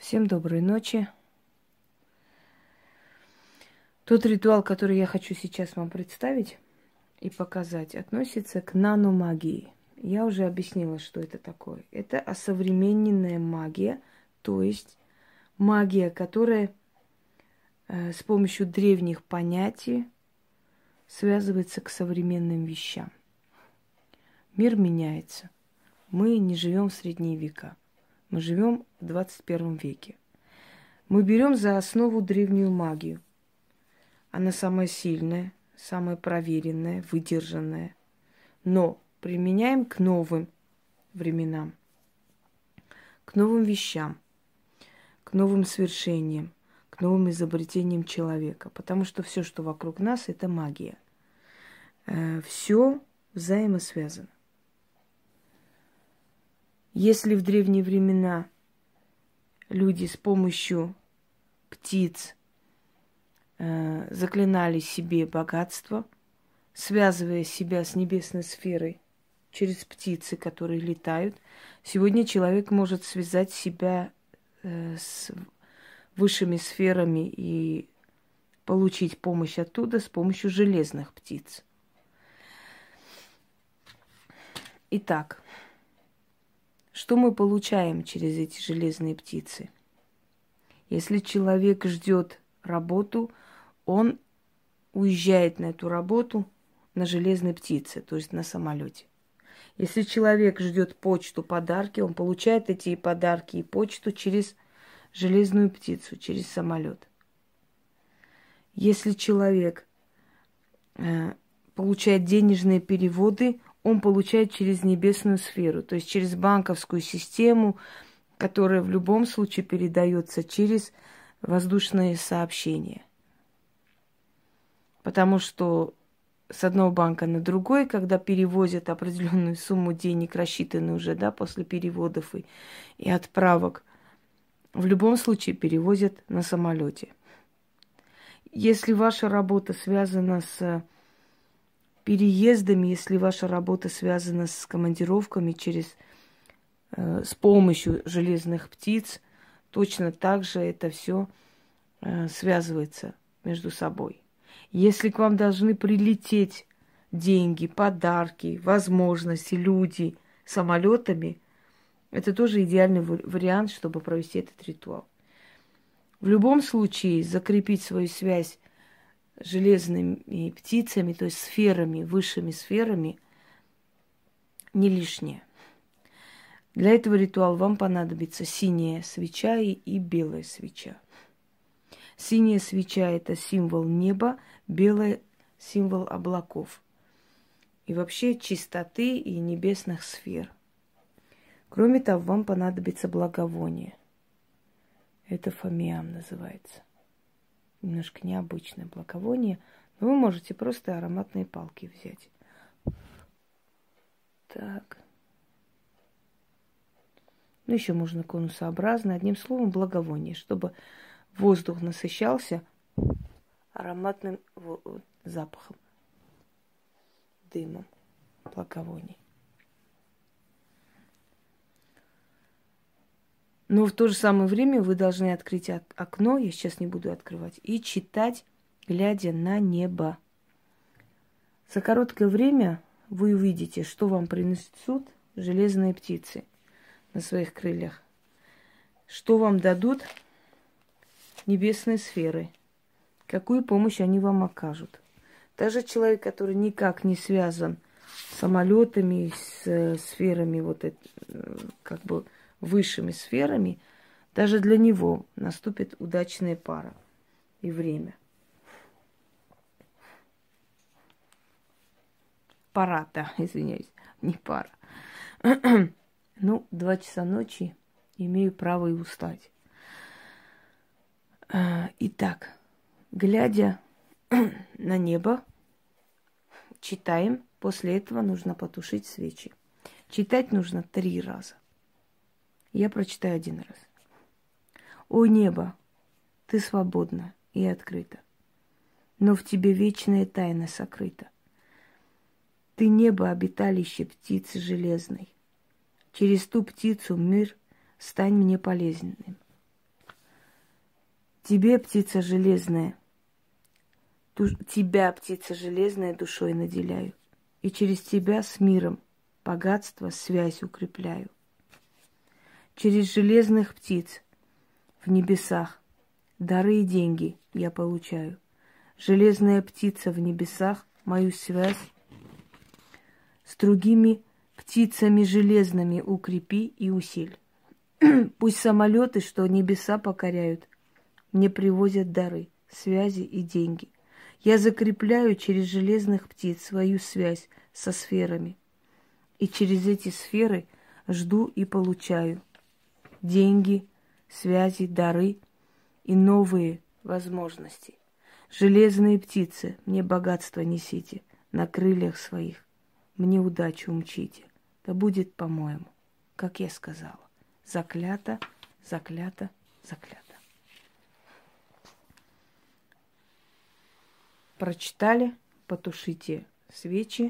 Всем доброй ночи. Тот ритуал, который я хочу сейчас вам представить и показать, относится к наномагии. Я уже объяснила, что это такое. Это осовремененная магия, то есть магия, которая с помощью древних понятий связывается к современным вещам. Мир меняется. Мы не живем в средние века. Мы живем в 21 веке. Мы берем за основу древнюю магию. Она самая сильная, самая проверенная, выдержанная. Но применяем к новым временам, к новым вещам, к новым свершениям, к новым изобретениям человека. Потому что все, что вокруг нас, это магия. Все взаимосвязано. Если в древние времена люди с помощью птиц заклинали себе богатство, связывая себя с небесной сферой через птицы, которые летают, сегодня человек может связать себя с высшими сферами и получить помощь оттуда с помощью железных птиц. Итак, что мы получаем через эти железные птицы? Если человек ждет работу, он уезжает на эту работу на железной птице, то есть на самолете. Если человек ждет почту, подарки, он получает эти подарки и почту через железную птицу, через самолет. Если человек получает денежные переводы, он получает через небесную сферу, то есть через банковскую систему, которая в любом случае передается через воздушные сообщения. Потому что с одного банка на другой, когда перевозят определенную сумму денег, рассчитанную уже, после переводов и отправок, в любом случае перевозят на самолете. Если ваша работа связана с переездами, если ваша работа связана с командировками с помощью железных птиц, точно так же это все связывается между собой. Если к вам должны прилететь деньги, подарки, возможности, люди самолетами, это тоже идеальный вариант, чтобы провести этот ритуал. В любом случае закрепить свою связь с железными птицами, то есть сферами, высшими сферами, не лишнее. Для этого ритуала вам понадобится синяя свеча и белая свеча. Синяя свеча – это символ неба, белая – символ облаков. И вообще чистоты и небесных сфер. Кроме того, вам понадобится благовоние. Это фомиам называется. Немножко необычное благовоние, но вы можете просто ароматные палки взять. Так. Ну, еще можно конусообразно. Одним словом, благовоние, чтобы воздух насыщался ароматным запахом, дымом благовоний. Но в то же самое время вы должны открыть окно, я сейчас не буду открывать, и читать, глядя на небо. За короткое время вы увидите, что вам принесут железные птицы на своих крыльях, что вам дадут небесные сферы, какую помощь они вам окажут. Даже человек, который никак не связан с самолетами, с сферами, высшими сферами, даже для него наступит удачная пара и время. Пора, да, извиняюсь, не пара. 2 часа ночи имею право и устать. Итак, глядя на небо, читаем. После этого нужно потушить свечи. Читать нужно 3 раза. Я прочитаю 1 раз. О небо, ты свободна и открыта, но в тебе вечная тайна сокрыта. Ты небо, обиталище птицы железной. Через ту птицу мир стань мне полезным. Тебе, птица железная, тебя, птица железная, душой наделяю. И через тебя с миром богатство, связь укрепляю. Через железных птиц в небесах дары и деньги я получаю. Железная птица в небесах мою связь с другими птицами железными укрепи и усиль. Пусть самолеты, что небеса покоряют, мне привозят дары, связи и деньги. Я закрепляю через железных птиц свою связь со сферами. И через эти сферы жду и получаю деньги, связи, дары и новые возможности. Железные птицы, мне богатство несите на крыльях своих. Мне удачу умчите. Да будет по-моему, как я сказала. Заклято, заклято, заклято. Прочитали, потушите свечи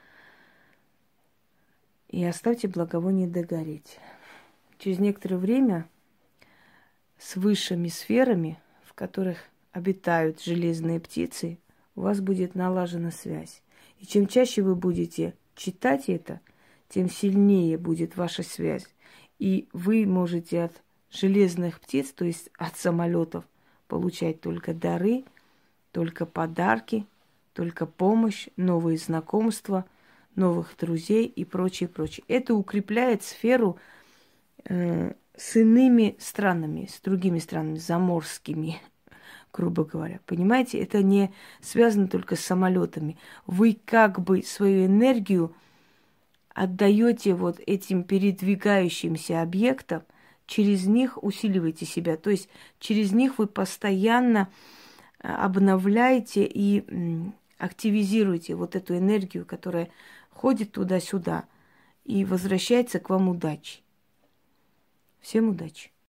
и оставьте благовоние догореть. Через некоторое время с высшими сферами, в которых обитают железные птицы, у вас будет налажена связь. И чем чаще вы будете читать это, тем сильнее будет ваша связь. И вы можете от железных птиц, то есть от самолетов, получать только дары, только подарки, только помощь, новые знакомства, новых друзей и прочее, прочее. Это укрепляет сферу с иными странами, с другими странами, заморскими, грубо говоря. Понимаете, это не связано только с самолетами. Вы как бы свою энергию отдаете вот этим передвигающимся объектам, через них усиливаете себя. То есть через них вы постоянно обновляете и активизируете вот эту энергию, которая ходит туда-сюда и возвращается к вам удачей. Всем удачи!